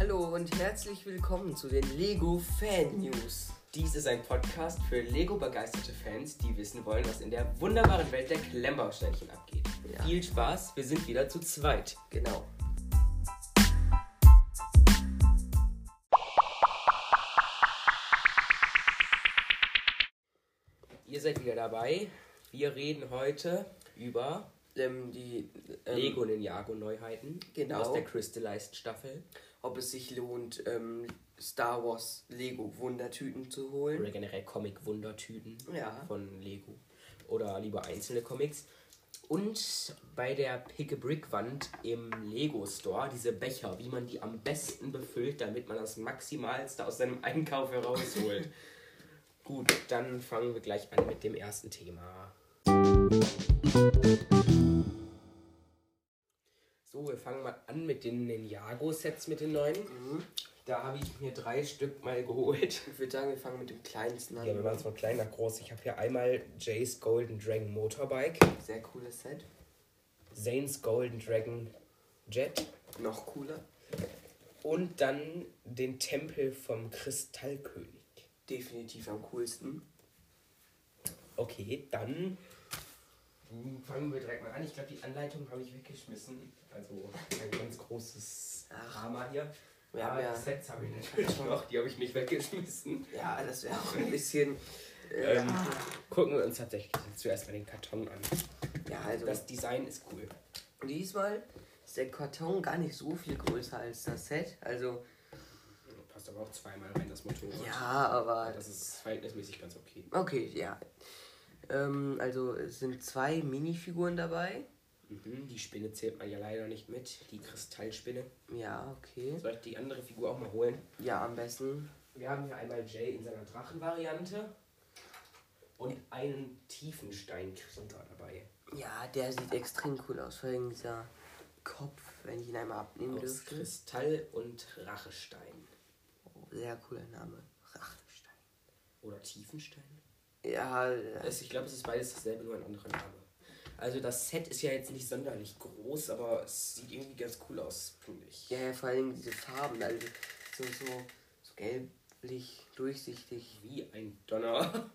Hallo und herzlich willkommen zu den Lego Fan News. Dies ist ein Podcast für Lego-begeisterte Fans, die wissen wollen, was in der wunderbaren Welt der Klemmbausteinchen abgeht. Ja. Viel Spaß, wir sind wieder zu zweit. Genau. Ihr seid wieder dabei. Wir reden heute über Die Lego Ninjago Neuheiten Genau. aus der Crystallized Staffel. ob es sich lohnt, Star Wars Lego Wundertüten zu holen. Oder generell Comic-Wundertüten Ja. von Lego. Oder lieber einzelne Comics. Und bei der Pick-a-Brick-Wand im Lego-Store diese Becher, wie man die am besten befüllt, damit man das Maximalste aus seinem Einkauf herausholt. Gut, dann fangen wir gleich an mit dem ersten Thema. So, wir fangen mal an mit den Ninjago-Sets, mit den neuen. Da habe ich mir 3 Stück mal geholt. Ich würde sagen, wir fangen mit dem kleinsten an. Ja, wir machen es von klein nach groß. Ich habe hier einmal Jays Golden Dragon Motorbike, Sehr cooles Set. Zane's Golden Dragon Jet Noch cooler. und dann den Tempel vom Kristallkönig. Definitiv am coolsten. Okay, dann fangen wir direkt mal an. Ich glaube, die Anleitung habe ich weggeschmissen. Also ein ganz großes Drama hier. Wir haben ja, Die Sets habe ich natürlich noch, die habe ich nicht weggeschmissen. ja, das wäre auch ein bisschen... Gucken wir uns tatsächlich zuerst mal den Karton an. ja, also Das Design ist cool. diesmal ist der Karton gar nicht so viel größer als das Set. Also, Passt aber auch zweimal rein, das Motorrad. ja, aber... Das ist verhältnismäßig ganz okay. Okay, ja. Also es sind 2 Minifiguren dabei. Die Spinne zählt man ja leider nicht mit, die Kristallspinne. Ja, okay. Soll ich die andere Figur auch mal holen? Ja, am besten. Wir haben hier einmal Jay in seiner Drachenvariante und einen Tiefensteinkrieger dabei. Ja, der sieht extrem cool aus. Vor allem dieser Kopf, wenn ich ihn einmal abnehmen Aus dürfte. Kristall und Rachestein. Oh, sehr cooler Name. Rachestein. Oder Tiefenstein? Ja, Ich glaube, es ist beides dasselbe, nur ein anderer Name. Also das Set ist ja jetzt nicht sonderlich groß, aber es sieht irgendwie ganz cool aus, finde ich. ja, vor allem diese Farben. Also so gelblich, durchsichtig. Wie ein Donner.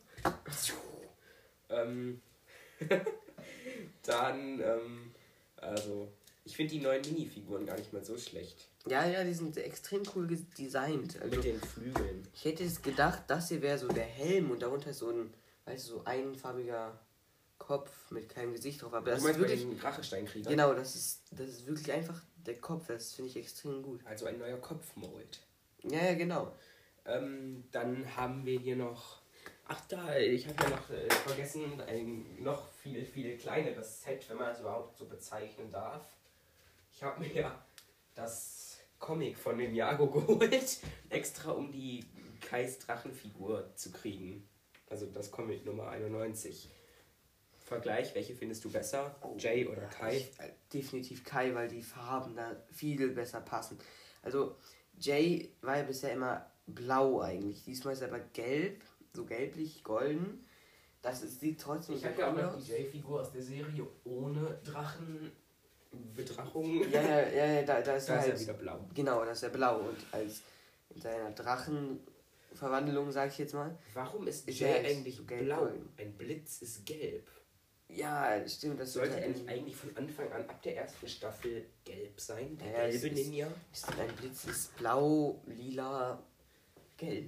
Dann, also, ich finde die neuen Minifiguren gar nicht mal so schlecht. Ja, die sind extrem cool designt. Also, Mit den Flügeln. ich hätte es gedacht, das hier wäre so der Helm und darunter ist so ein, weißt du, so einfarbiger Kopf mit keinem Gesicht drauf. Aber das Du meinst ist wirklich... bei den Drachesteinkrieger? Genau, das ist wirklich einfach der Kopf. Das finde ich extrem gut. Also ein neuer Kopfmold. Ja, genau. Dann haben wir hier noch... Ach da, ich habe ja noch vergessen, ein noch viel kleineres Set, wenn man das überhaupt so bezeichnen darf. Ich habe mir ja das Comic von Ninjago geholt, extra um die Kais Drachenfigur zu kriegen. Also das Comic Nummer 91. Vergleich, welche findest du besser? Jay oder Kai? Definitiv Kai, weil die Farben da viel besser passen. Also Jay war ja bisher immer blau eigentlich. Diesmal ist er aber gelb, so gelblich, golden. Sieht trotzdem Ich habe ja auch noch die Jay-Figur aus der Serie ohne Drachenbedrachung. Ja, da ist Da er ist halt er wieder blau. Genau, das ist er blau. Und als in seiner Drachenverwandlung, sag ich jetzt mal. Warum ist Ist Jay er eigentlich so gelb blau? golden? Ein Blitz ist gelb. Ja, stimmt. Das Sollte wird er halt nicht eigentlich von Anfang an ab der ersten Staffel gelb sein? Der Ja, gelbe es ist- Ninja? Ein Blitz ist blau, lila, gelb.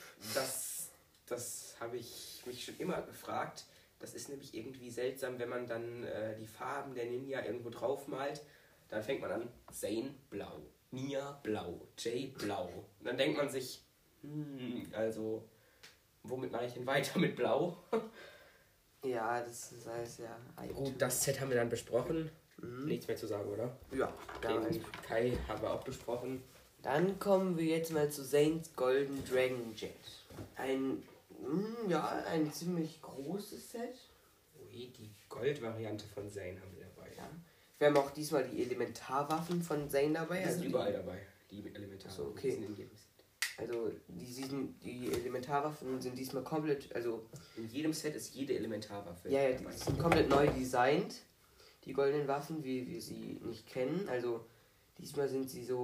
Das habe ich mich schon immer gefragt. Das ist nämlich irgendwie seltsam, wenn man dann die Farben der Ninja irgendwo drauf malt. Dann fängt man an, Zane blau, Mia blau, Jay blau. Und dann denkt man sich, also, womit mache ich denn weiter mit blau? Ja, das ist alles ja Gut, das Set haben wir dann besprochen. Nichts mehr zu sagen, oder? Ja, Den Kai haben wir auch besprochen. Dann kommen wir jetzt mal zu Zane's Golden Dragon Jet. Ein ziemlich großes Set. Ui, die Gold-Variante von Zane haben wir dabei. Ja. Wir haben auch diesmal die Elementarwaffen von Zane dabei. Die sind überall dabei, die Elementare. So, okay. Die sind in jedem Set. Also die Elementarwaffen sind diesmal komplett, also In jedem Set ist jede Elementarwaffe ja, dabei. die sind komplett neu designt. Die goldenen Waffen, wie wir sie nicht kennen. Also diesmal sind sie so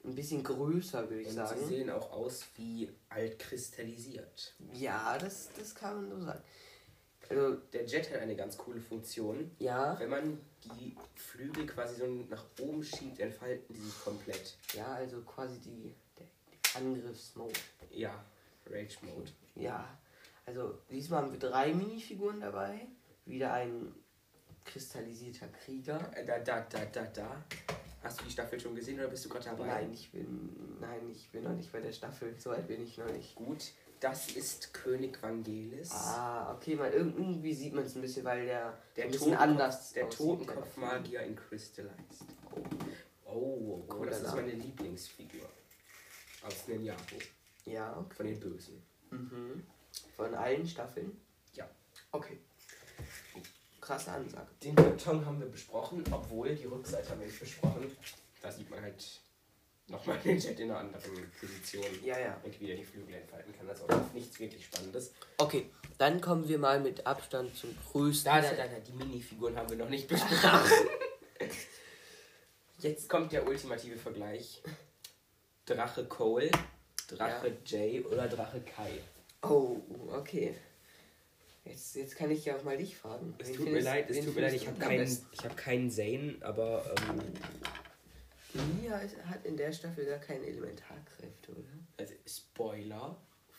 ein bisschen größer, würde ich Und sagen. sie sehen auch aus wie altkristallisiert. Ja, das kann man so sagen. Also, Der Jet hat eine ganz coole Funktion. ja, Wenn man die Flügel quasi so nach oben schiebt, entfalten die sich komplett. ja, also quasi der Angriffsmode. Ja, Rage Mode. Ja, also diesmal haben wir 3 Minifiguren dabei. Wieder ein kristallisierter Krieger. Da. Hast du die Staffel schon gesehen oder bist du gerade dabei? Nein, ich bin noch nicht bei der Staffel. So weit bin ich noch nicht. Gut, das ist König Vangelis. Ah, okay, mal irgendwie sieht man es ein bisschen, weil der ein bisschen Totenkopf- anders Der aussieht, Totenkopfmagier in Crystallized. Oh, guck mal, das ist lala. meine Lieblingsfigur. Aus Ninjago. Ja, okay. Von den Bösen. Mhm. Von allen Staffeln? Ja. Okay. Krasse Ansage. Den Karton haben wir besprochen, obwohl die Rückseite haben wir nicht besprochen. Da sieht man halt nochmal den Jet in einer anderen Position. Ja. Und wie er die Flügel entfalten kann. Also auch nichts wirklich Spannendes. Okay, dann kommen wir mal mit Abstand zum größten. Die Minifiguren haben wir noch nicht besprochen. Jetzt kommt der ultimative Vergleich. Drache Cole, Drache Jay oder Drache Kai. Oh, okay. Jetzt kann ich ja auch mal dich fragen. Es tut mir leid, ich habe keinen Zane, aber Nia hat in der Staffel gar keine Elementarkräfte, oder? also Spoiler.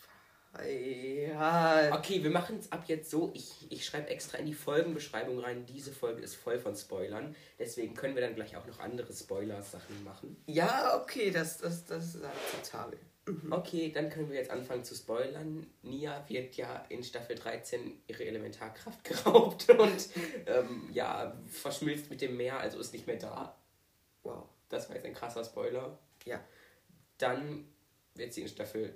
Ja. Okay, wir machen es ab jetzt so. Ich schreibe extra in die Folgenbeschreibung rein, diese Folge ist voll von Spoilern. Deswegen können wir dann gleich auch noch andere Spoiler-Sachen machen. Ja, okay, das ist akzeptabel. Okay, dann können wir jetzt anfangen zu spoilern. Nia wird ja in Staffel 13 ihre Elementarkraft geraubt und verschmilzt mit dem Meer, also ist nicht mehr da. Wow. Das war jetzt ein krasser Spoiler. Ja. Dann wird sie in Staffel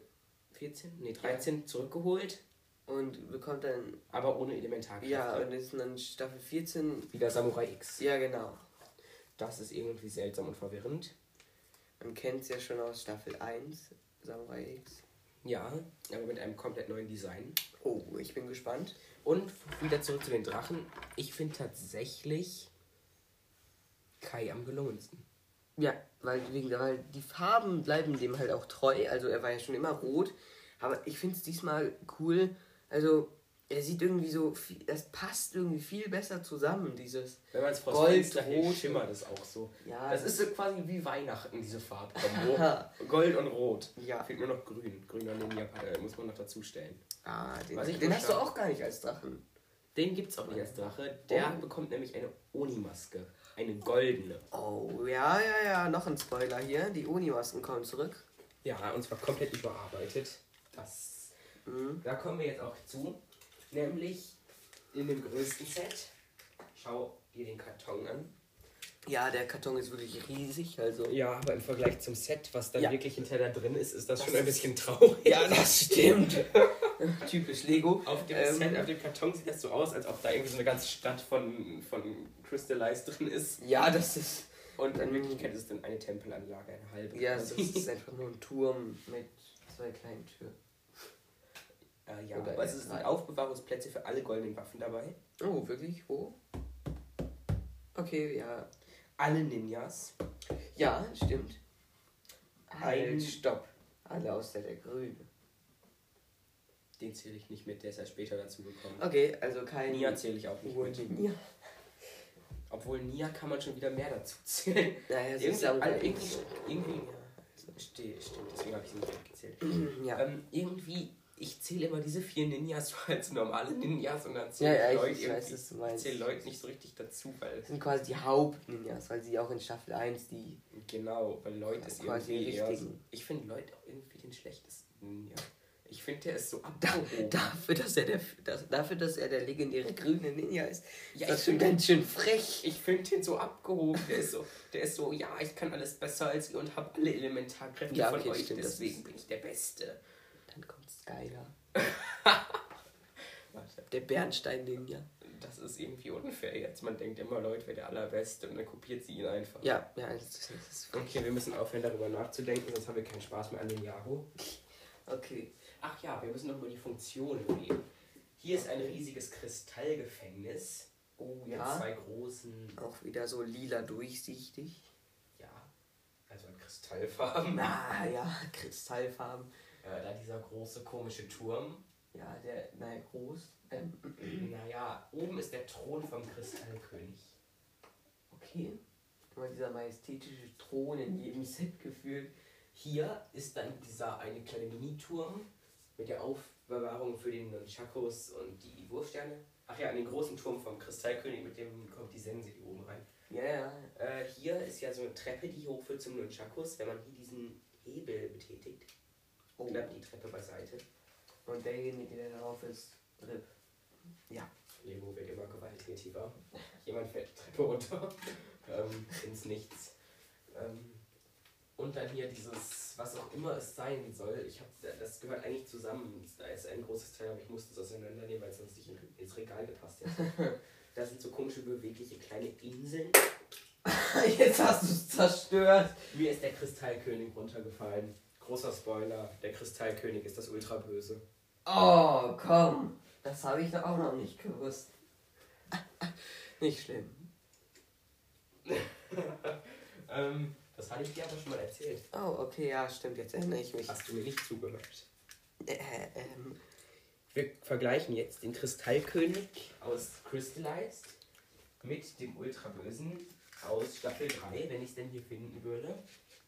13 zurückgeholt, Und bekommt dann. aber ohne Elementarkraft. Ja, und ist dann Staffel 14. Wieder Samurai X. Ja, genau. Das ist irgendwie seltsam und verwirrend. Man kennt es ja schon aus Staffel 1, Samurai X. Ja, aber mit einem komplett neuen Design. Oh, ich bin gespannt. Und wieder zurück zu den Drachen. Ich finde tatsächlich Kai am gelungensten. Ja, weil die Farben bleiben dem halt auch treu. Also er war ja schon immer rot. Aber ich finde es diesmal cool. Also er sieht irgendwie so, das passt irgendwie viel besser zusammen, dieses Wenn man es vor Gold, Fenster hält, Rot. schimmert es auch so. Ja, Das ist so quasi wie Weihnachten, diese Farbkombo. Gold und Rot. Ja. Fehlt nur noch grün. Grüner Ninja muss man noch dazu stellen. Den ich hast du verstanden- auch gar nicht als Drachen. Den gibt's auch nicht als Drache. Der bekommt nämlich eine Oni-Maske. Eine goldene. Oh, ja, noch ein Spoiler hier. Die Oni-Masken kommen zurück. Ja, und zwar komplett überarbeitet. Da kommen wir jetzt auch zu. Nämlich in dem größten Set. Schau dir den Karton an. Ja, der Karton ist wirklich riesig, also. Ja, aber im Vergleich zum Set, was dann Ja. wirklich hinterher da drin ist, ist das Das schon ein ist- bisschen traurig. Ja, das stimmt. Typisch Lego. Auf dem Set, auf dem Karton sieht das so aus, als ob da irgendwie so eine ganze Stadt von Crystallized drin ist. Ja, das ist. Und in Wirklichkeit ist es dann eine Tempelanlage, eine halbe. Ja, das quasi. ist einfach nur ein Turm mit 2 kleinen Türen. Ja, Oder aber es sind drei. Aufbewahrungsplätze für alle goldenen Waffen dabei. Oh, wirklich? Wo? Okay, ja. Alle Ninjas. Ja, stimmt. Ein- Halt, stopp. Alle außer der Grüne. Den zähle ich nicht mit, der ist ja später dazu gekommen. Okay, also kein. Nia zähle ich auch nicht mit. Ur-Ninja. Obwohl Nia kann man schon wieder mehr dazu zählen. Naja, es ist Irgendwie, Samurai irgendwie, X. irgendwie stimmt, deswegen habe ich sie nicht mitgezählt. Ja. Irgendwie, ich zähle immer diese 4 Ninjas so als normale Ninjas und dann zähle Ja, ich ich Leute weiß, irgendwie. was du meinst. Ich zähle Leute nicht so richtig dazu, weil. Das sind quasi die Hauptninjas, weil sie auch in Staffel 1 die. Genau, weil Leute ist quasi irgendwie die eher so, richtigen. ich finde Leute auch irgendwie den schlechtesten Ninja. Ich finde, der ist so abgehoben. Dafür, dass er der legendäre grüne Ninja ist. Ja, Das ist ich schon find- ganz schön frech. Ich finde den so abgehoben. Der ist so, ja, ich kann alles besser als ihr und habe alle Elementarkräfte Ja, von okay, euch, stimmt, das deswegen ist- bin ich der Beste. Dann kommt Skylar. Warte, Der Bernstein-Ninja. das ist irgendwie unfair jetzt. Man denkt immer, Leute wäre der Allerbeste und dann kopiert sie ihn einfach. Ja, das ist frech. Okay, wir müssen aufhören, darüber nachzudenken, sonst haben wir keinen Spaß mehr an den Yahoo. Okay. Ach ja, wir müssen noch über die Funktionen reden. Hier ist ein riesiges Kristallgefängnis. Oh Mit ja. 2 großen, Auch wieder so lila durchsichtig. ja, also ein Kristallfarben. Ah, ja, Kristallfarben. Da dieser große komische Turm. Ja, der, naja, groß. Naja, oben ist der Thron vom Kristallkönig. Okay. Immer dieser majestätische Thron in jedem Set gefühlt. Hier ist dann dieser eine kleine Miniturm mit der Aufbewahrung für den Nunchakos und die Wurfsterne. Ach ja, an den großen Turm vom Kristallkönig, mit dem kommt die Sense hier oben rein. Ja, ja. Hier ist ja so eine Treppe, die hochführt zum Nunchakos. Wenn man hier diesen Hebel betätigt, klappt die Treppe beiseite. Und derjenige, der darauf ist, RIP. Ja. Lego wird immer gewalttätiger. Jemand fällt die Treppe runter ins Nichts. Und dann hier dieses, was auch immer es sein soll. Das gehört eigentlich zusammen. Da ist ein großes Teil, aber ich musste es auseinandernehmen, weil es sonst nicht ins Regal gepasst hätte. Da sind so komische, bewegliche kleine Inseln. Jetzt hast du es zerstört. Mir ist der Kristallkönig runtergefallen. Großer Spoiler, der Kristallkönig ist das Ultraböse. Oh, komm. Das habe ich doch auch noch nicht gewusst. Nicht schlimm. Das hatte ich dir aber schon mal erzählt. Oh, okay, ja, stimmt. Jetzt erinnere ich mich. Hast du mir nicht zugehört? Wir vergleichen jetzt den Kristallkönig aus Crystallized mit dem Ultrabösen aus Staffel 3, wenn ich es denn hier finden würde.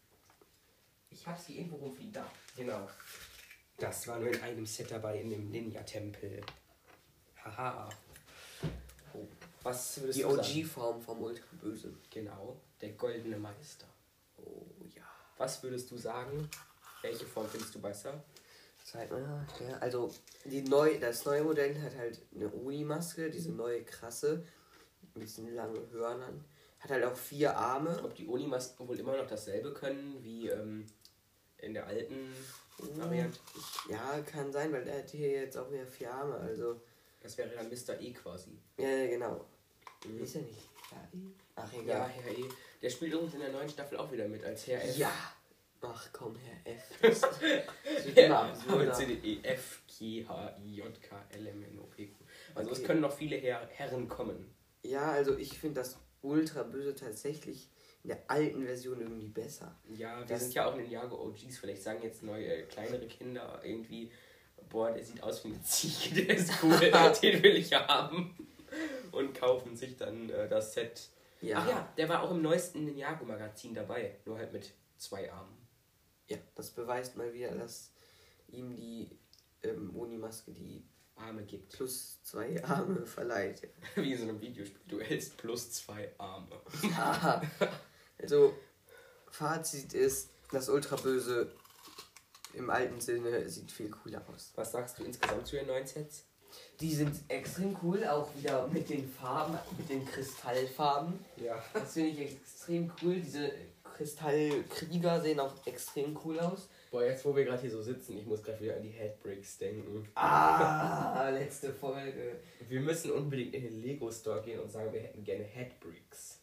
Ich habe sie irgendwo rumfliegen. Da, genau. Das war nur in einem Set dabei, in dem Ninja-Tempel. Haha. Oh. Was würdest Die du sagen? OG-Form vom Ultraböse. Genau, der goldene Meister. Oh, ja. Was würdest du sagen? Welche Form findest du besser? Zeig mal. Ja, also, das neue Modell hat halt eine Uni-Maske, diese neue krasse, mit diesen langen Hörnern. Hat halt auch 4 Arme. Ob die Uni-Masken wohl immer noch dasselbe können wie in der alten Variante? Ja, kann sein, weil der hat hier jetzt auch wieder 4 Arme, also. Das wäre dann Mr. E quasi. Ja, genau. Mhm. Ist er nicht? Ja, ach, Ja, egal. Herr E. Der spielt übrigens in der neuen Staffel auch wieder mit als Herr F. Ja. Ach komm, Herr F. Das wird immer absurder. C, D, E, F, G, H, I, J, K, L, M, N, O, P, Q. Also Okay. es können noch viele Herren kommen. Ja, also ich finde das Ultraböse tatsächlich in der alten Version irgendwie besser. Ja, wir Das- sind ja auch Ninjago OGs. Vielleicht sagen jetzt neue, kleinere Kinder irgendwie, boah, der sieht aus wie eine Ziege, der ist cool, den will ich haben. Und kaufen sich dann das Set. Ja. Ach ja, der war auch im neuesten Ninjago-Magazin dabei. Nur halt mit 2 Armen. Ja, das beweist mal wieder, dass ihm die Uni-Maske die Arme gibt. plus 2 Arme verleiht. Wie in so einem Videospiel. Du hältst plus 2 Arme. Ja. Also, Fazit ist, das Ultraböse im alten Sinne sieht viel cooler aus. Was sagst du insgesamt zu den neuen Sets? Die sind extrem cool, auch wieder mit den Farben, mit den Kristallfarben. Ja. Das finde ich extrem cool. Diese Kristallkrieger sehen auch extrem cool aus. Boah, jetzt wo wir gerade hier so sitzen, ich muss gerade wieder an die Headbricks denken. Ah, letzte Folge. Wir müssen unbedingt in den Lego Store gehen und sagen, wir hätten gerne Headbricks.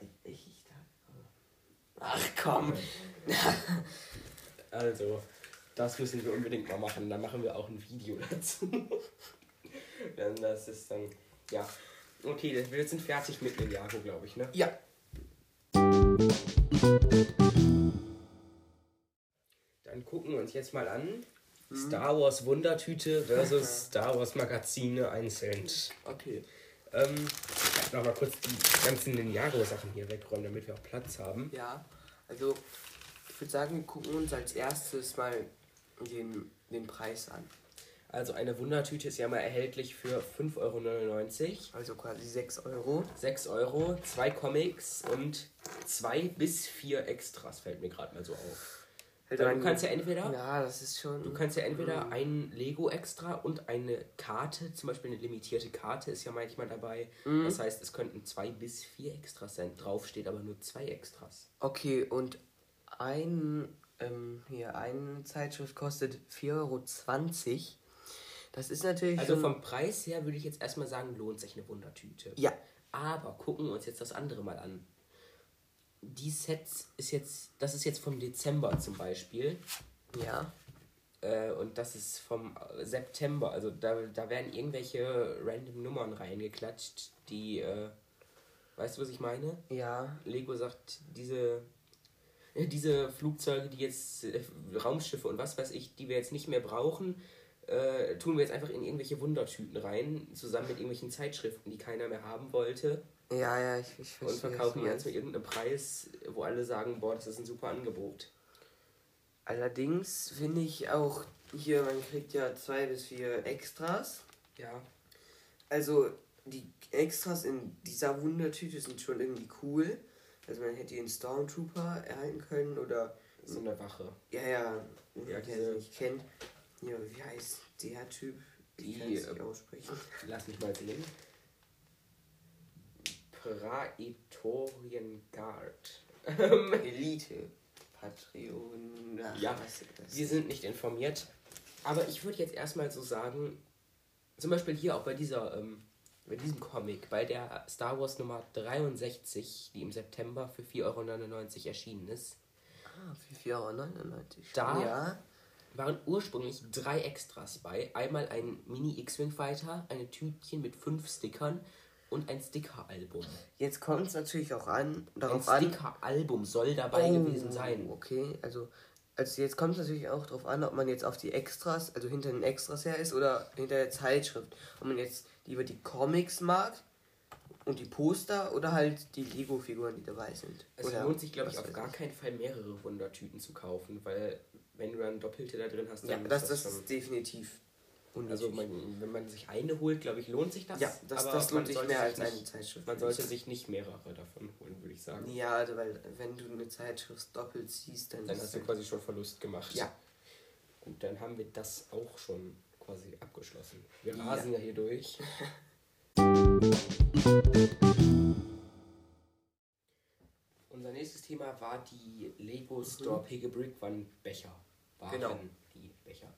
Ach komm. Also, das müssen wir unbedingt mal machen. Dann machen wir auch ein Video dazu. Dann das ist dann, ja. Okay, wir sind fertig mit Ninjago, glaube ich, ne? Ja. Dann gucken wir uns jetzt mal an. Star Wars Wundertüte versus Star Wars Magazine einzeln. Okay. Nochmal kurz die ganzen Ninjago-Sachen hier wegräumen, damit wir auch Platz haben. Ja, also ich würde sagen, wir gucken uns als erstes mal den Preis an. Also eine Wundertüte ist ja mal erhältlich für 5,99 Euro. Also quasi 6 Euro. 6 Euro, 2 Comics und 2 bis 4 Extras, fällt mir gerade mal so auf. Halt Du ein- kannst ja entweder... Ja, das ist schon. Du kannst ja entweder ein Lego-Extra und eine Karte, zum Beispiel eine limitierte Karte ist ja manchmal dabei. Das heißt, es könnten 2 bis 4 Extras sein. Drauf steht aber nur 2 Extras. Okay, und eine Zeitschrift kostet 4,20 Euro. Das ist natürlich Also schon... vom Preis her würde ich jetzt erstmal sagen, lohnt sich eine Wundertüte. Ja. Aber gucken wir uns jetzt das andere mal an. Die Sets das ist jetzt vom Dezember zum Beispiel. Ja. Und das ist vom September. Also da werden irgendwelche random Nummern reingeklatscht, die, weißt du, was ich meine? Ja. Lego sagt, diese diese Flugzeuge, die jetzt Raumschiffe und was weiß ich, die wir jetzt nicht mehr brauchen, tun wir jetzt einfach in irgendwelche Wundertüten rein, zusammen mit irgendwelchen Zeitschriften, die keiner mehr haben wollte. Ja, ich verstehe. Und verkaufen die dann zu irgendeinem Preis, wo alle sagen, boah, das ist ein super Angebot. Allerdings finde ich auch hier, man kriegt ja 2 bis 4 Extras. Ja. Also die Extras in dieser Wundertüte sind schon irgendwie cool. Also man hätte den Stormtrooper erhalten können oder... So eine Wache. Ja, Ja, der sie nicht kennt. Ja, wie heißt der Typ? Ich kann es nicht aussprechen. Lass mich mal sehen. Praetorian Guard. Elite. Patreon. Ja, wir sind nicht informiert. Aber ich würde jetzt erstmal so sagen, zum Beispiel hier auch bei diesem Comic, bei der Star Wars Nummer 63, die im September für 4,99 € erschienen ist. Für 4,99 €. Da waren ursprünglich 3 Extras bei. Einmal ein Mini-X-Wing-Fighter, eine Tütchen mit 5 Stickern und ein Sticker-Album. Jetzt kommt es natürlich auch darauf an. Ein Sticker-Album soll dabei gewesen sein. Okay, also jetzt kommt es natürlich auch darauf an, ob man jetzt auf die Extras, also hinter den Extras her ist oder hinter der Zeitschrift. Ob man jetzt lieber die Comics mag und die Poster oder halt die Lego-Figuren, die dabei sind. Es lohnt sich, glaube ich, auf gar keinen Fall mehrere Wundertüten zu kaufen, weil wenn du dann Doppelte da drin hast, dann das ist definitiv unnötig. Also wenn man sich eine holt, glaube ich, lohnt sich das. Ja, das lohnt sich mehr als eine Zeitschrift. Man sollte sich nicht mehrere davon holen, würde ich sagen. Ja, also weil wenn du eine Zeitschrift doppelt siehst, dann hast du quasi schon Verlust gemacht. Ja. Gut, dann haben wir das auch schon quasi abgeschlossen. Wir rasen ja hier durch. Unser nächstes Thema war die Lego Store Piggy Brick Becher. Genau. Die Becher.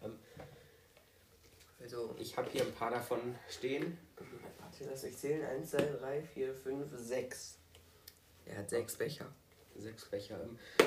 Also ich habe hier ein paar davon stehen. Warte, lass mich zählen. 1, 2, 3, 4, 5, 6. Er hat 6 Becher. 6 Becher.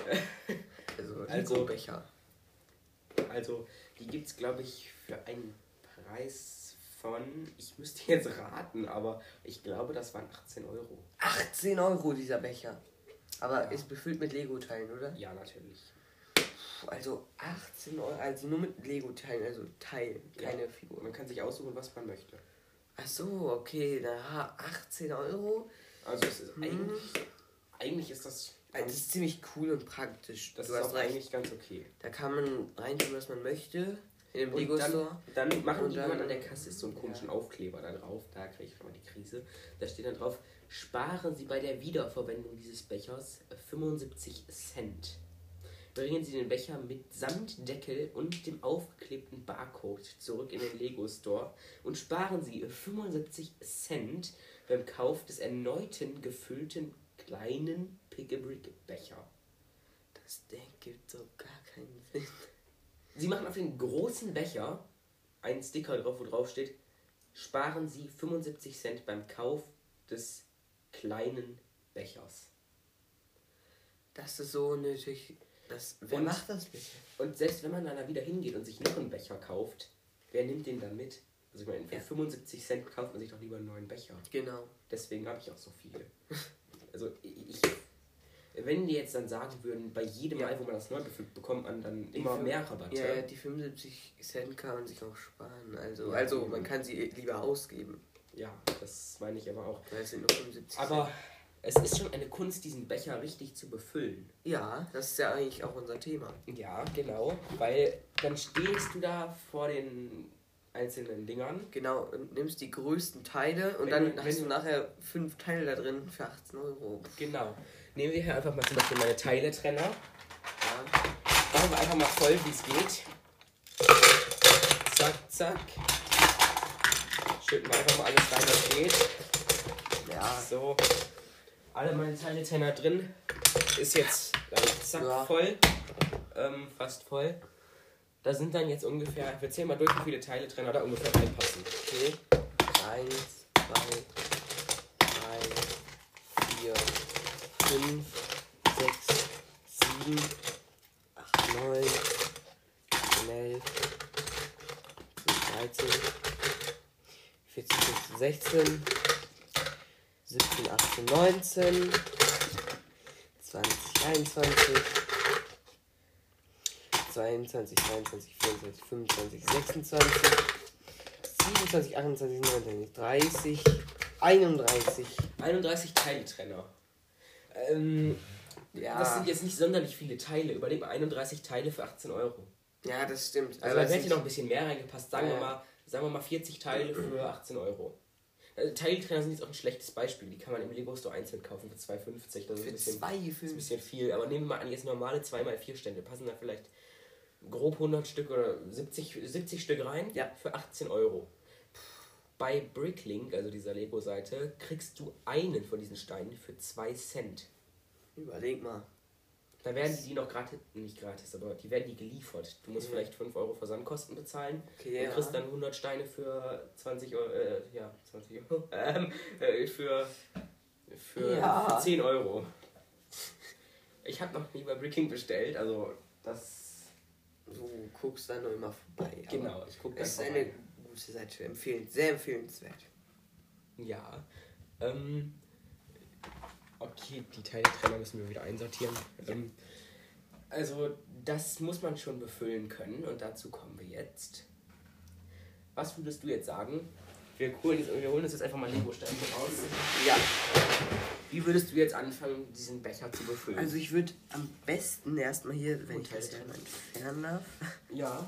Also Becher. Also, die gibt es, glaube ich, für einen Preis von, ich müsste jetzt raten, aber ich glaube, das waren 18 €. 18 € dieser Becher. Aber ist befüllt mit Lego-Teilen, oder? Ja, natürlich. Also 18 €, also nur mit Lego-Teilen, also Teil, keine Figur. Man kann sich aussuchen, was man möchte. Ach so, okay, 18 €. Also es ist eigentlich ist das... Also das ist ziemlich cool und praktisch. Das ist auch eigentlich ganz okay. Da kann man reintun, was man möchte. In dem Lego Store. Dann machen die jemand an der Kasse so einen komischen Aufkleber da drauf. Da kriege ich schon mal die Krise. Da steht dann drauf: Sparen Sie bei der Wiederverwendung dieses Bechers 75 Cent. Bringen Sie den Becher mit Samtdeckel und dem aufgeklebten Barcode zurück in den Lego Store und sparen Sie 75 Cent beim Kauf des erneuten gefüllten kleinen Pick-a-Brick-Becher. Das gibt so gar keinen Sinn. Sie machen auf den großen Becher einen Sticker drauf, wo drauf steht: Sparen Sie 75 Cent beim Kauf des kleinen Bechers. Das ist so nötig. Wer macht das bitte? Und selbst wenn man dann da wieder hingeht und sich noch einen Becher kauft, wer nimmt den dann mit? Also ich meine, für 75 Cent kauft man sich doch lieber einen neuen Becher. Genau. Deswegen habe ich auch so viele. Also wenn die jetzt dann sagen würden, bei jedem Mal, wo man das neu befüllt, bekommt man dann immer mehr Rabatte. Ja, die 75 Cent kann man sich auch sparen. Also man kann sie lieber ausgeben. Ja, das meine ich aber auch. Weil es sind nur 75 Cent. Aber es ist schon eine Kunst, diesen Becher richtig zu befüllen. Ja, das ist ja eigentlich auch unser Thema. Ja, genau. Weil dann stehst du da vor den einzelnen Dingern. Genau, und nimmst die größten Teile und dann hast du nachher 5 Teile da drin für 18 €. Genau. Nehmen wir hier einfach mal zum Beispiel meine Teiletrenner. Ja. Machen wir einfach mal voll, wie es geht. Zack, zack. Schütten wir einfach mal alles rein, was geht. Ja. So. Alle meine Teiletrenner drin. Ist jetzt zack voll. Fast voll. Da sind dann jetzt ungefähr, wir zählen mal durch, wie viele Teiletrenner da ungefähr reinpassen. Okay. 1, 2, 3, 4, 5, 6, 7, 8, 9, 11, 13, 14, 15, 16, 17, 18, 19, 20, 21, 22, 23, 24, 25, 26, 27, 28, 29, 30, 31. 31 Teiletrenner. Ja. Das sind jetzt nicht sonderlich viele Teile. Überleg mal, 31 Teile für 18 Euro. Ja, das stimmt. Also da hätte noch ein bisschen mehr reingepasst. Sagen wir mal 40 Teile für 18 Euro. Teiltrenner sind jetzt auch ein schlechtes Beispiel. Die kann man im Lego Store einzeln kaufen für 2,50. Das ist ein bisschen viel. Aber nehmen wir mal an, jetzt normale 2x4 Stände. Passen da vielleicht grob 100 Stück oder 70 Stück rein für 18 Euro. Bei Bricklink, also dieser Lego-Seite, kriegst du einen von diesen Steinen für 2 Cent. Überleg mal. Da werden die noch gratis, nicht gratis, aber die werden die geliefert. Du musst vielleicht 5 Euro Versandkosten bezahlen. Okay, du kriegst dann 100 Steine für 20 Euro, 20 Euro, für 10 Euro. Ich habe noch nie bei Bricklink bestellt, also das... Du guckst da nur immer vorbei. Genau, ich gucke da vorbei. Das ist eine gute Seite, sehr empfehlenswert. Ja, okay, die Teiltrenner müssen wir wieder einsortieren. Also, das muss man schon befüllen können und dazu kommen wir jetzt. Was würdest du jetzt sagen? Wir holen uns jetzt einfach mal Lego-Steine raus. Ja. Wie würdest du jetzt anfangen, diesen Becher zu befüllen? Also ich würde am besten erstmal hier, wenn ich das ja mal entfernen darf. Ja.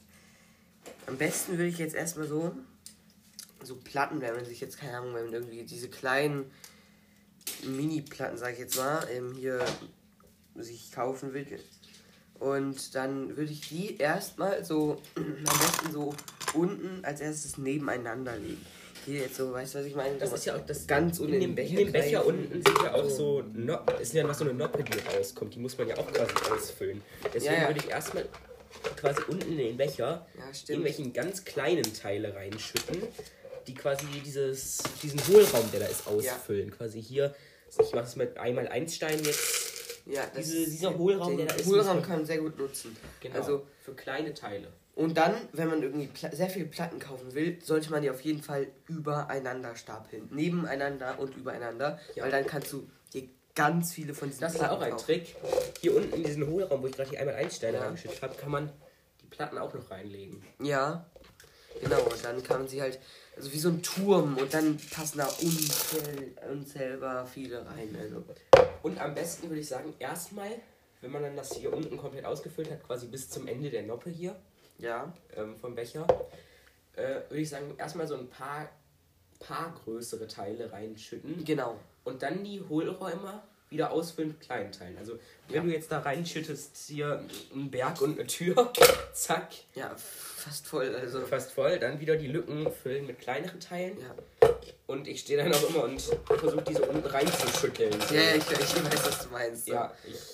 Am besten würde ich jetzt erstmal so Platten, wenn man sich jetzt, keine Ahnung, wenn man irgendwie diese kleinen Mini-Platten, sag ich jetzt mal, hier sich kaufen will. Und dann würde ich die erstmal so am besten so unten als erstes nebeneinander legen. Hier jetzt so, weißt du, was ich meine? Das ist ja auch das ganz unten in dem Becher unten sind ja auch so ist ja noch so eine Noppe, die rauskommt. Die muss man ja auch quasi ausfüllen. Deswegen würde ich erstmal quasi unten in den Becher irgendwelchen ganz kleinen Teile reinschütten, die quasi diesen Hohlraum, der da ist, ausfüllen. Quasi hier, ich mache es mit 1x1 Steinen jetzt. Ja, dieser Hohlraum, der da ist. Hohlraum kann man sehr gut nutzen. Genau, also für kleine Teile. Und dann, wenn man irgendwie sehr viele Platten kaufen will, sollte man die auf jeden Fall übereinander stapeln. Nebeneinander und übereinander. Ja. Weil dann kannst du dir ganz viele von diesen Platten kaufen. Das ist auch ein Trick. Hier unten in diesen Hohlraum, wo ich gerade die 1x1 Steine reingeschüttet habe, kann man die Platten auch noch reinlegen. Ja, genau. Und dann kann man sie halt, also wie so ein Turm, und dann passen da unzählbar viele rein. Also. Und am besten würde ich sagen, erstmal, wenn man dann das hier unten komplett ausgefüllt hat, quasi bis zum Ende der Noppe hier. Ja. Vom Becher. Würde ich sagen, erstmal so ein paar größere Teile reinschütten. Genau. Und dann die Hohlräume wieder ausfüllen mit kleinen Teilen. Also, wenn du jetzt da reinschüttest, hier einen Berg und eine Tür, zack. Ja, fast voll. Also. Fast voll. Dann wieder die Lücken füllen mit kleineren Teilen. Ja. Und ich stehe dann auch immer und versuche, die so unten reinzuschütteln. Ja, ich weiß, was du meinst. Ja,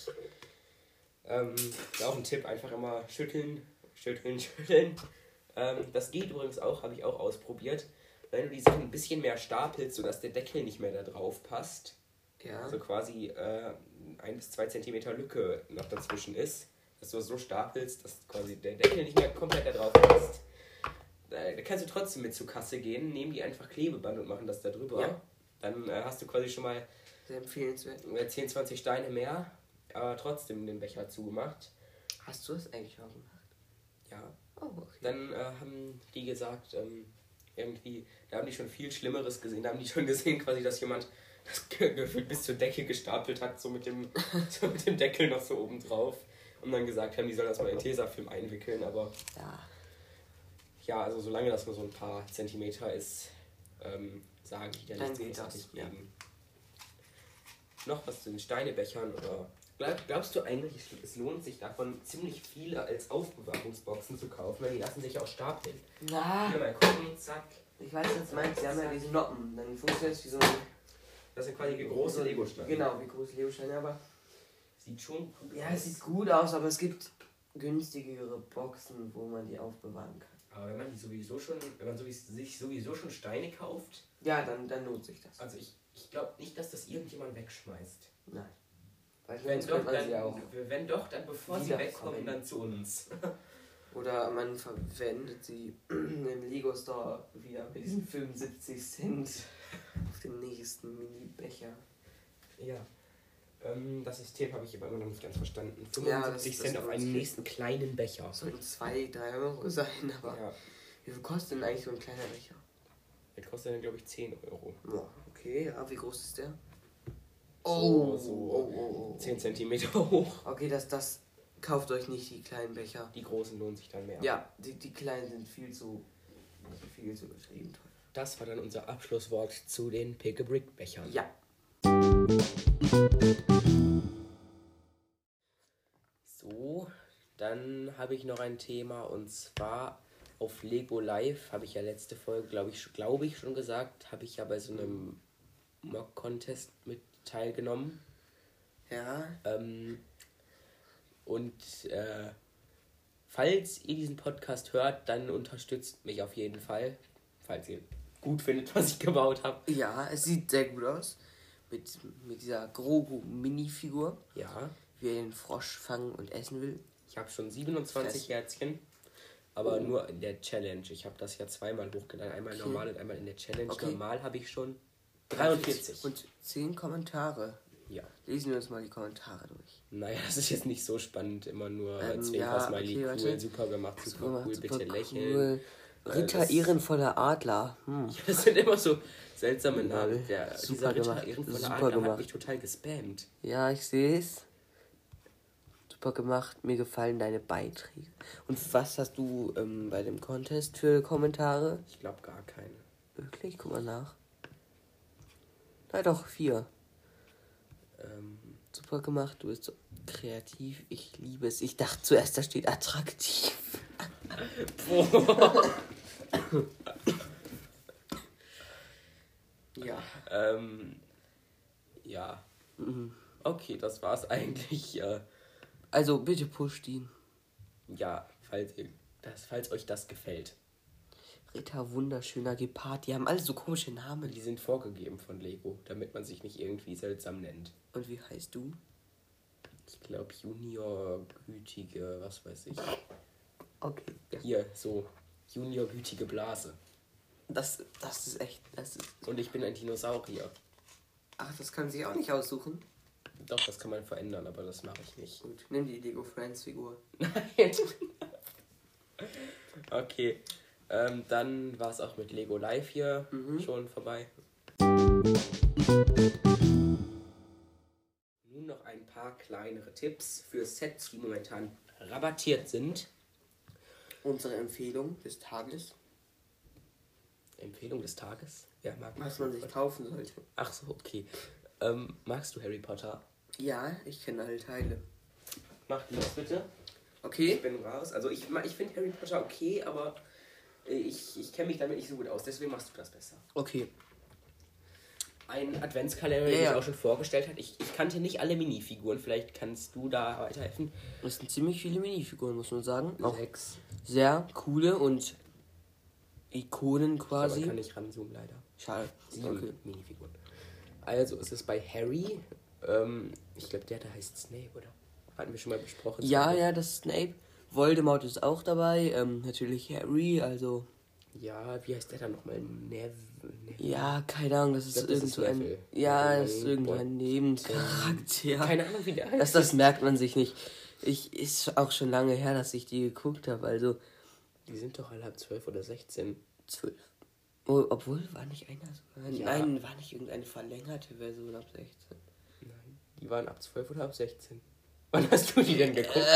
auch ein Tipp, einfach immer schütteln. Das geht übrigens auch, habe ich auch ausprobiert. Wenn du die Sachen ein bisschen mehr stapelst, sodass der Deckel nicht mehr da drauf passt, also quasi 1 bis 2 Zentimeter Lücke noch dazwischen ist, dass du so stapelst, dass quasi der Deckel nicht mehr komplett da drauf passt, da kannst du trotzdem mit zur Kasse gehen, nehmen die einfach Klebeband und machen das da drüber. Ja. Dann hast du quasi schon mal sehr empfehlenswert. 10, 20 Steine mehr, aber trotzdem den Becher zugemacht. Hast du das eigentlich auch gemacht? Ja. Oh, okay. Dann haben die gesagt, irgendwie, da haben die schon viel Schlimmeres gesehen. Da haben die schon gesehen, quasi, dass jemand das gefühlt bis zur Decke gestapelt hat, so mit dem Deckel noch so oben drauf. Und dann gesagt haben, die sollen das mal in Tesafilm einwickeln, aber ja, also solange das nur so ein paar Zentimeter ist, sagen die da nichts großartig gegen. Noch was zu den Steinebechern oder... Glaubst du eigentlich, es lohnt sich davon ziemlich viele als Aufbewahrungsboxen zu kaufen, weil die lassen sich auch stapeln? Na. Hier mal gucken, zack. Ich weiß, was du meinst, sie haben ja diese Noppen, dann funktioniert es wie so ein... Das sind quasi große Lego-Steine. Genau, wie große Lego-Steine, aber... Sieht schon gut aus. Ja, es sieht gut aus, aber es gibt günstigere Boxen, wo man die aufbewahren kann. Aber wenn man die sich sowieso schon Steine kauft... Ja, dann lohnt sich das. Also ich glaube nicht, dass das irgendjemand wegschmeißt. Nein. Wenn doch, dann bevor sie wegkommen, dann zu uns. Oder man verwendet sie im Lego Store wieder mit diesen 75 Cent auf den nächsten Mini-Becher. Ja. Das System habe ich aber immer noch nicht ganz verstanden. Ja, 75 Cent auf einen nächsten kleinen Becher. Sollten 2, 3 Euro sein, aber Ja, wie viel kostet denn eigentlich so ein kleiner Becher? der kostet dann, glaube ich, 10 Euro. Boah, okay, ja, wie groß ist der? So 10 Zentimeter hoch. Okay, das kauft euch nicht die kleinen Becher. Die großen lohnen sich dann mehr. Ja, die kleinen sind viel zu übertrieben teuer. Das war dann unser Abschlusswort zu den Pick-a-Brick-Bechern. Ja. So, dann habe ich noch ein Thema und zwar auf Lego Live, habe ich ja letzte Folge, glaube ich schon gesagt, habe ich ja bei so einem Mock-Contest mit teilgenommen. Ja. Falls ihr diesen Podcast hört, dann unterstützt mich auf jeden Fall, falls ihr gut findet, was ich gebaut habe. Ja, es sieht sehr gut aus. Mit dieser Grogu-Mini-Figur, Ja, wie er den Frosch fangen und essen will. ich habe schon 27 Herzchen, aber nur in der Challenge. Ich habe das ja zweimal hochgeladen, einmal normal und einmal in der Challenge. Okay. Normal habe ich schon 43. Und 10 Kommentare. Ja. Lesen wir uns mal die Kommentare durch. Naja, das ist jetzt nicht so spannend. Immer nur okay, Zwinker-Smiley, cool, warte. super gemacht, super cool, bitte super lächeln. Cool. Ritter ehrenvoller Adler. Das sind immer so seltsame Namen. Super Dieser Ritter gemacht. ehrenvoller Super Adler gemacht. hat mich total gespammt. Ja, ich sehe es. Super gemacht. Mir gefallen deine Beiträge. Und was hast du bei dem Contest für Kommentare? Ich glaube gar keine. Wirklich? Guck mal nach. Na doch, 4. Super gemacht. Du bist so kreativ. Ich liebe es. Ich dachte zuerst, da steht attraktiv. Ja. Ja. Okay, das war's eigentlich. Also bitte pusht ihn. Ja, falls euch das gefällt. Ritter, wunderschöner Gepard. Die haben alle so komische Namen. Die sind vorgegeben von Lego, damit man sich nicht irgendwie seltsam nennt. Und wie heißt du? Ich glaube Junior Gütige, was weiß ich. Okay. Ja. Hier, so. Junior Gütige Blase. Das ist echt. Das ist. Und ich bin ein Dinosaurier. Ach, das kann sich auch nicht aussuchen. Doch, das kann man verändern, aber das mache ich nicht. Gut, nimm die Lego Friends Figur. Nein. Okay. Dann war es auch mit Lego Live hier schon vorbei. Nun noch ein paar kleinere Tipps für Sets, die momentan rabattiert sind. Unsere Empfehlung des Tages. Empfehlung des Tages? Ja, Was man sich kaufen sollte. Ach so, okay. Magst du Harry Potter? Ja, ich kenne alle Teile. Mach du das bitte. Okay. Ich bin raus. Also ich finde Harry Potter okay, aber ich kenne mich damit nicht so gut aus. Deswegen machst du das besser. Okay. Ein Adventskalender, den ich auch schon vorgestellt habe. Ich kannte nicht alle Minifiguren. Vielleicht kannst du da weiterhelfen. Das sind ziemlich viele Minifiguren, muss man sagen. Auch 6. sehr coole und Ikonen quasi. Aber kann nicht ranzoomen, leider. Schade. 7 Okay. Minifiguren. Also es ist bei Harry. Ich glaube, der heißt Snape, oder? Hatten wir schon mal besprochen. Ja, das ist Snape. Voldemort ist auch dabei. Natürlich Harry, also. Ja, wie heißt der dann nochmal? Neville. Ja, keine Ahnung, das ist glaub, das irgend ist so ein. Neville. Ja, das ist Neville. irgendein Nebencharakter. Keine Ahnung, wie der heißt. Das merkt man sich nicht. Ist auch schon lange her, dass ich die geguckt habe, also. Die sind doch alle ab 12 oder 16. 12. Oh, obwohl, war nicht einer so. Ja. Nein, war nicht irgendeine verlängerte Version ab 16. Nein, die waren ab 12 oder ab 16. Wann hast du die denn geguckt?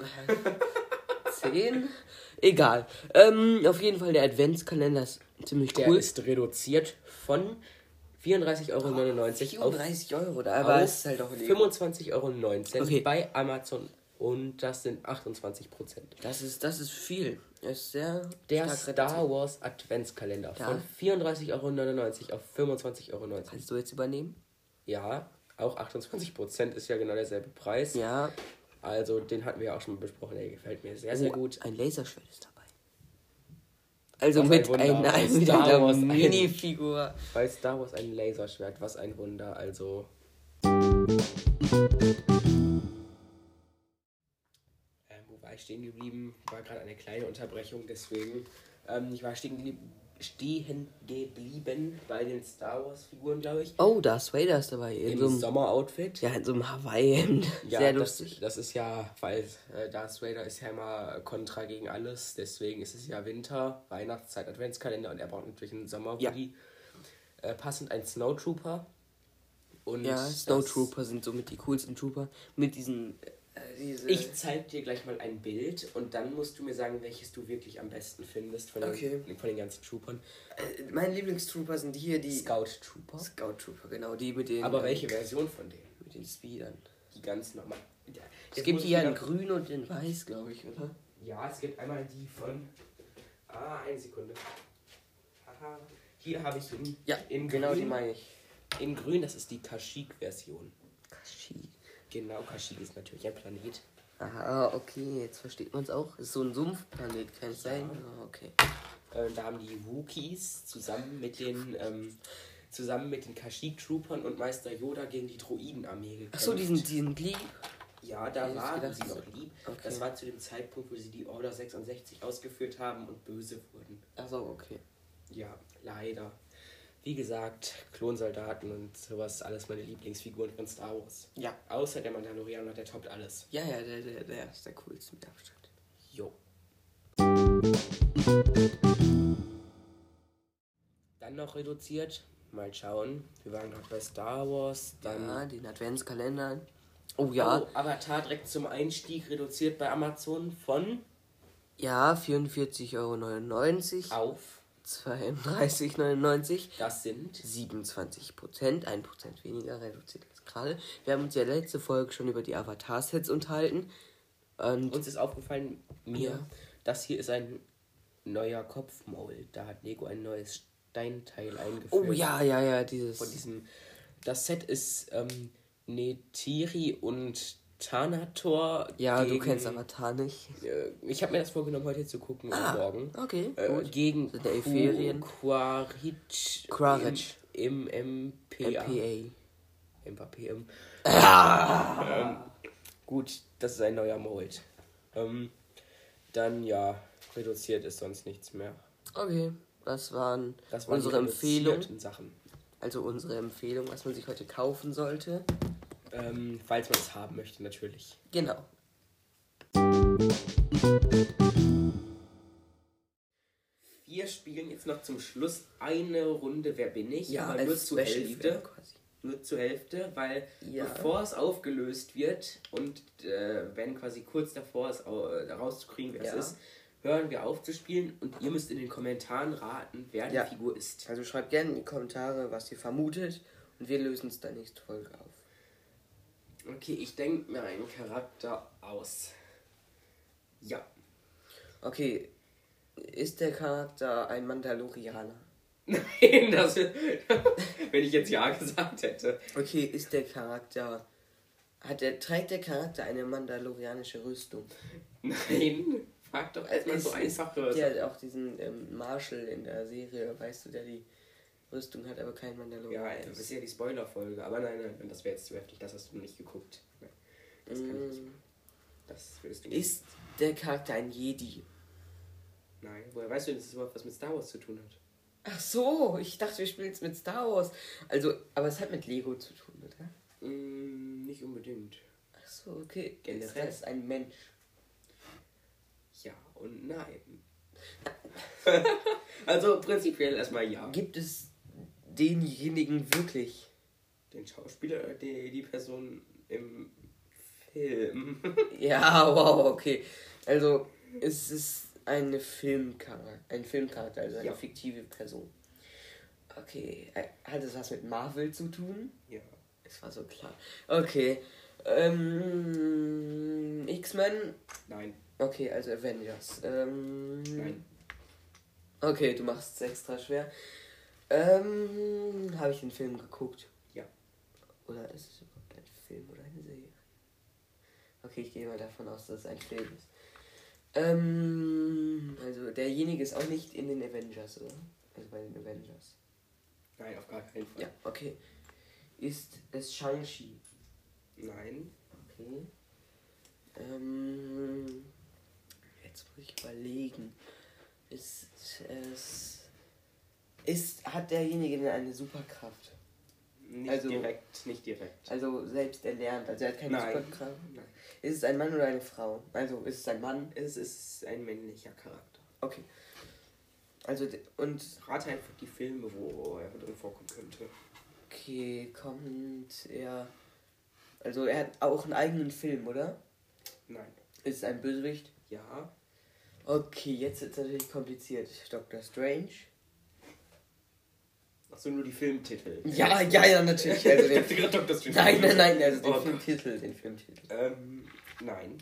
10? Egal. Auf jeden Fall, der Adventskalender ist ziemlich Der cool. ist reduziert von 34,99 Euro auf 34 Euro, da aber ist halt auch 25,19 Euro Okay. bei Amazon. Und das sind 28%. Das ist viel. Das ist sehr Der stark Star reduziert. Wars Adventskalender Ja. von 34,99 Euro auf 25,19 Euro. Kannst du jetzt übernehmen? Ja, auch 28% ist ja genau derselbe Preis. Ja. Also den hatten wir ja auch schon mal besprochen. Der gefällt mir sehr, sehr gut. Ein Laserschwert ist dabei. Also Was mit ein Wunder. mit Star einer Wars Minifigur. Bei Star Wars ein Laserschwert, was ein Wunder. Also wo war ich stehen geblieben? War gerade eine kleine Unterbrechung, deswegen. Ich war stehen stehen geblieben bei den Star Wars Figuren, glaube ich. Oh, Darth Vader ist dabei. In so Im einem, Sommeroutfit. ja, in so einem Hawaii-Hemd. Ja, Sehr das, lustig. das ist ja, weil Darth Vader ist ja immer kontra gegen alles. Deswegen ist es ja Winter, Weihnachtszeit, Adventskalender und er braucht natürlich einen Sommerhoodie. Passend ein Snowtrooper. Und Ja, Snowtrooper sind somit die coolsten Trooper. Mit diesen... Ich zeig dir gleich mal ein Bild und dann musst du mir sagen, welches du wirklich am besten findest von den ganzen Troopern. Meine Lieblingstrooper sind hier die... Scout Trooper. Scout Trooper, genau, die mit den... Aber welche Version von denen? Mit den Speedern. Die ganz normal. Ja, Es gibt hier in grün und in weiß, glaube ich, oder? Ja, es gibt einmal die von... eine Sekunde. Aha. Hier habe ich in genau, grün. die meine ich. In grün, das ist die Kashyyyk-Version. Kashyyyk. Genau, Kashyyyk ist natürlich ein Planet. Aha, okay, jetzt versteht man es auch. Ist so ein Sumpfplanet, kann es sein? Ah, okay. Da haben die Wookiees zusammen mit den Kashyyyk-Troopern und Meister Yoda gegen die Droidenarmee gekämpft. Achso, die sind lieb. Ja, da waren sie gedacht, noch lieb. okay. Das war zu dem Zeitpunkt, wo sie die Order 66 ausgeführt haben und böse wurden. Achso, okay. Ja, leider. Wie gesagt, Klonsoldaten und sowas, alles meine Lieblingsfiguren von Star Wars. Ja. Außer der Mandalorianer, der toppt alles. Ja, der ist der coolste mit Abstand. Jo. Dann noch reduziert. Mal schauen. Wir waren gerade bei Star Wars. Dann Ja, den Adventskalendern. Oh ja. Oh, Avatar direkt zum Einstieg reduziert bei Amazon von... Ja, 44,99 € auf... 32,99 €. Das sind 27%, 1% weniger reduziert als gerade. Wir haben uns ja letzte Folge schon über die Avatar-Sets unterhalten. Und uns ist aufgefallen, mir, Ja. das hier ist ein neuer Kopfmold. Da hat Lego ein neues Steinteil eingeführt. oh ja, dieses. Von diesem... Das Set ist Neytiri und Thanator. Ja, gegen, du kennst Avatar nicht. Ich habe mir das vorgenommen, heute zu gucken und morgen. Okay, gut. Gegen Sind der Eferien. Quaritch im MPA. MPA. Gut, das ist ein neuer Mold. Dann ja, reduziert ist sonst nichts mehr. Okay, das waren Das waren unsere die Empfehlungen. reduzierten Sachen. Also unsere Empfehlung, was man sich heute kaufen sollte. Falls man es haben möchte, natürlich. Genau. Wir spielen jetzt noch zum Schluss eine Runde Wer bin ich? Ja, aber nur als zur Special Hälfte. Event quasi. Nur zur Hälfte, weil Ja. bevor es aufgelöst wird und wenn quasi kurz davor ist, rauszukriegen, wer es ist, hören wir auf zu spielen und ihr müsst in den Kommentaren raten, wer die Figur ist. Also schreibt gerne in die Kommentare, was ihr vermutet und wir lösen es dann nächste Folge auf. Okay, ich denke mir einen Charakter aus. Ja. Okay, ist der Charakter ein Mandalorianer? Nein, das wenn ich jetzt ja gesagt hätte. Okay, ist der Charakter... trägt der Charakter eine mandalorianische Rüstung? Nein, frag doch erstmal so einfache. Der hat auch diesen Marshall in der Serie, weißt du, der die Rüstung hat, aber kein Mandalorianer. Ja, das ist ja die Spoiler-Folge, aber nein, das wäre jetzt zu heftig, das hast du nicht geguckt. Nein, das kann ich. Das würdest du nicht. Ist der Charakter ein Jedi? Nein, woher weißt du, dass es überhaupt was mit Star Wars zu tun hat? Ach so, ich dachte, wir spielen es mit Star Wars. Also, aber es hat mit Lego zu tun, oder? Nicht unbedingt. Ach so, okay. Generell. Ist das ein Mensch? Ja und nein. Also prinzipiell erstmal ja. Gibt es denjenigen wirklich? Den Schauspieler oder die Person im Film? Ja, wow, okay. Also, es ist ein Filmcharakter, also eine fiktive Person. Okay, hat es was mit Marvel zu tun? Ja. Es war so klar. Okay, X-Men? Nein. Okay, also Avengers. Nein. Okay, du machst es extra schwer. Habe ich den Film geguckt? Ja. Oder ist es überhaupt ein Film oder eine Serie? Okay, ich gehe mal davon aus, dass es ein Film ist. Also derjenige ist auch nicht in den Avengers, oder? Also bei den Avengers. Nein, auf gar keinen Fall. Ja, okay. Ist es Shang-Chi? Nein. Okay. Jetzt muss ich überlegen. Ist es Hat derjenige denn eine Superkraft? Nicht direkt. Also selbst erlernt, also er hat keine Nein. Superkraft? Nein. Ist es ein Mann oder eine Frau? Also ist es ein Mann? Es ist ein männlicher Charakter. Okay. Also, und... Rate einfach die Filme, wo er drin vorkommen könnte. Okay, kommt er... Also er hat auch einen eigenen Film, oder? Nein. Ist es ein Bösewicht? Ja. Okay, jetzt ist es natürlich kompliziert. Doctor Strange? Achso, nur die Filmtitel. Ja, natürlich. Also Ich dachte gerade Dr. Strange. Nein, also den Oh Filmtitel. Nein.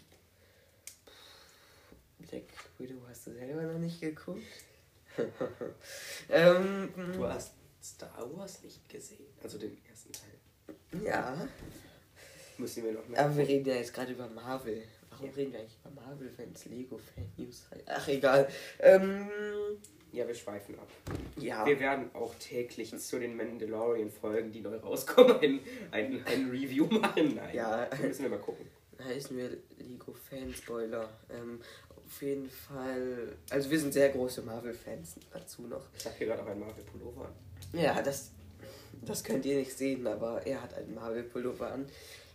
Black Widow hast du selber noch nicht geguckt? Du hast Star Wars nicht gesehen. Also den ersten Teil. Ja, Müssen wir noch mehr. aber wir reden ja jetzt gerade über Marvel. Warum reden wir eigentlich über Marvel, wenn es Lego-Fan-News heißt? Ach, egal. Ja, wir schweifen ab. Ja. Wir werden auch täglich zu den Mandalorian-Folgen, die neu rauskommen, ein Review machen. Nein. Ja. Da müssen wir mal gucken. Heißen wir Lego-Fan-Spoiler. Auf jeden Fall. Also, wir sind sehr große Marvel-Fans dazu noch. Ich habe hier gerade auch einen Marvel-Pullover an. Ja, das könnt ihr nicht sehen, aber er hat einen Marvel-Pullover an.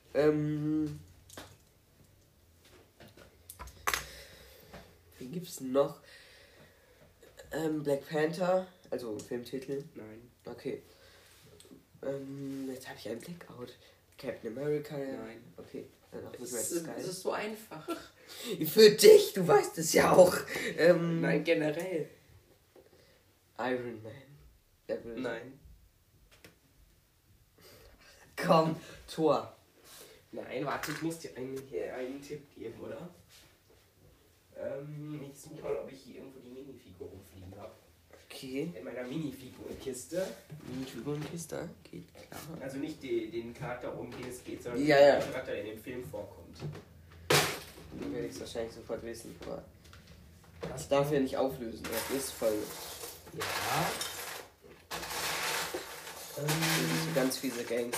Wen gibt's noch? Black Panther, also Filmtitel. Nein. Okay. Jetzt habe ich einen Blackout. Captain America. Nein. Okay. Dann auch Das Red Sky. ist so einfach. Für dich, du weißt es ja auch. Nein, generell. Iron Man. Der Böse. Nein. Komm, Thor. Nein, warte, ich muss dir einen Tipp geben, oder? Ich suche mal, ob ich hier irgendwo die Minifigur rumfliegen habe. Okay. In meiner Minifigurenkiste. Minifigurenkiste, geht klar. Also nicht den Charakter, um den es geht, sondern Ja. den Charakter, der in dem Film vorkommt. Dann werde ich es wahrscheinlich sofort wissen, aber das darf ja nicht auflösen. Das ist voll. Ja. So ganz fiese Gangster.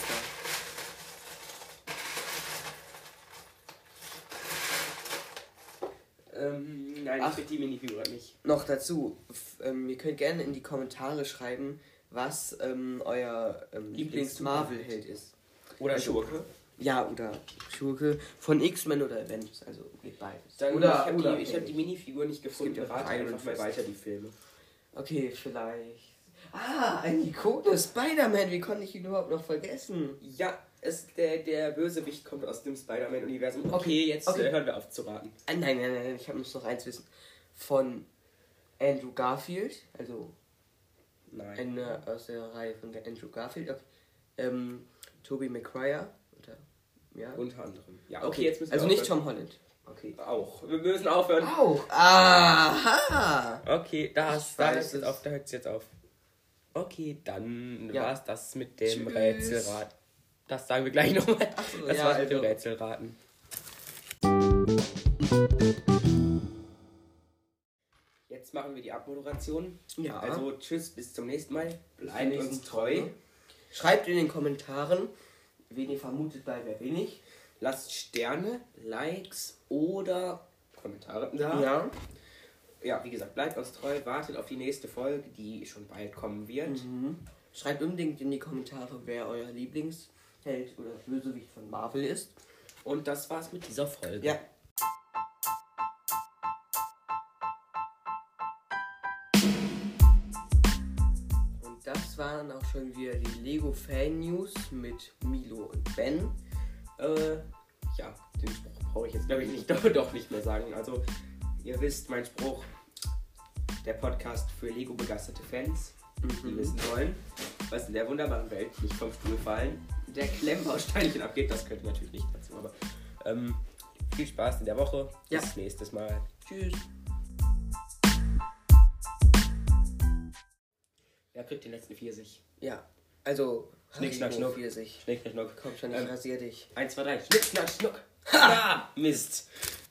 Nein, Ach. ich finde die Minifigur nicht. Noch dazu, ihr könnt gerne in die Kommentare schreiben, was euer Lieblings-Marvel-Held ist. Oder Also- Schurke. Ja, oder Schurke von X-Men oder Avengers, also geht beides. Dann, oder ich habe die Minifigur nicht gefunden. gibt ja Rate Iron einfach mal Fist. weiter die Filme. Okay, vielleicht. Ein Ikone, Spider-Man, wie konnte ich ihn überhaupt noch vergessen? Ja, der Bösewicht kommt aus dem Spider-Man-Universum. Okay, okay. Hören wir auf zu raten. Nein, ich muss noch eins wissen. Von Andrew Garfield, also Nein. aus der Reihe von Andrew Garfield. Okay. Tobey Maguire, oder? Ja. Unter anderem. Ja, Okay, jetzt müssen wir also nicht aufhören. Tom Holland. Okay. Auch. Wir müssen aufhören. Auch. Aha! Okay, da weiß hört es. es jetzt auf. Okay, dann Ja. war's das mit dem Tschüss. Rätselrat. Das sagen wir gleich nochmal. Ach so, Das ja, war's mit dem also- Rätselraten. Jetzt machen wir die Abmoderation. Ja. Also tschüss, bis zum nächsten Mal. Bis Bleibt zum uns nächsten treu. Mal. Schreibt in den Kommentaren, wen ihr vermutet bei wer bin ich. Lasst Sterne, Likes oder Kommentare da. Ja. Ja, wie gesagt, bleibt uns treu. Wartet auf die nächste Folge, die schon bald kommen wird. Mhm. Schreibt unbedingt in die Kommentare, wer euer Lieblingsheld oder Bösewicht von Marvel ist. Und das war's mit dieser Folge. Ja. Und das waren auch schon wieder die Lego Fan News mit Milo und Ben. Ja, den Spruch brauche ich jetzt, glaube ich, nicht, doch nicht mehr sagen. Also, ihr wisst, mein Spruch, der Podcast für Lego-begeisterte Fans, die wissen wollen, was in der wunderbaren Welt nicht vom Stuhl fallen, der Klemmbausteinchen abgeht, das gehört natürlich nicht dazu, aber viel Spaß in der Woche. Ja. Bis nächstes Mal. Tschüss. Wer kriegt den letzten Pfirsich? Ja, also Schnick, schnack, Haribo schnuck. Pfirsich. Schnick, schnack, schnuck. Komm schon, ich rasier dich. 1, 2, 3. Schnick, schnack, schnuck. Ha! Mist.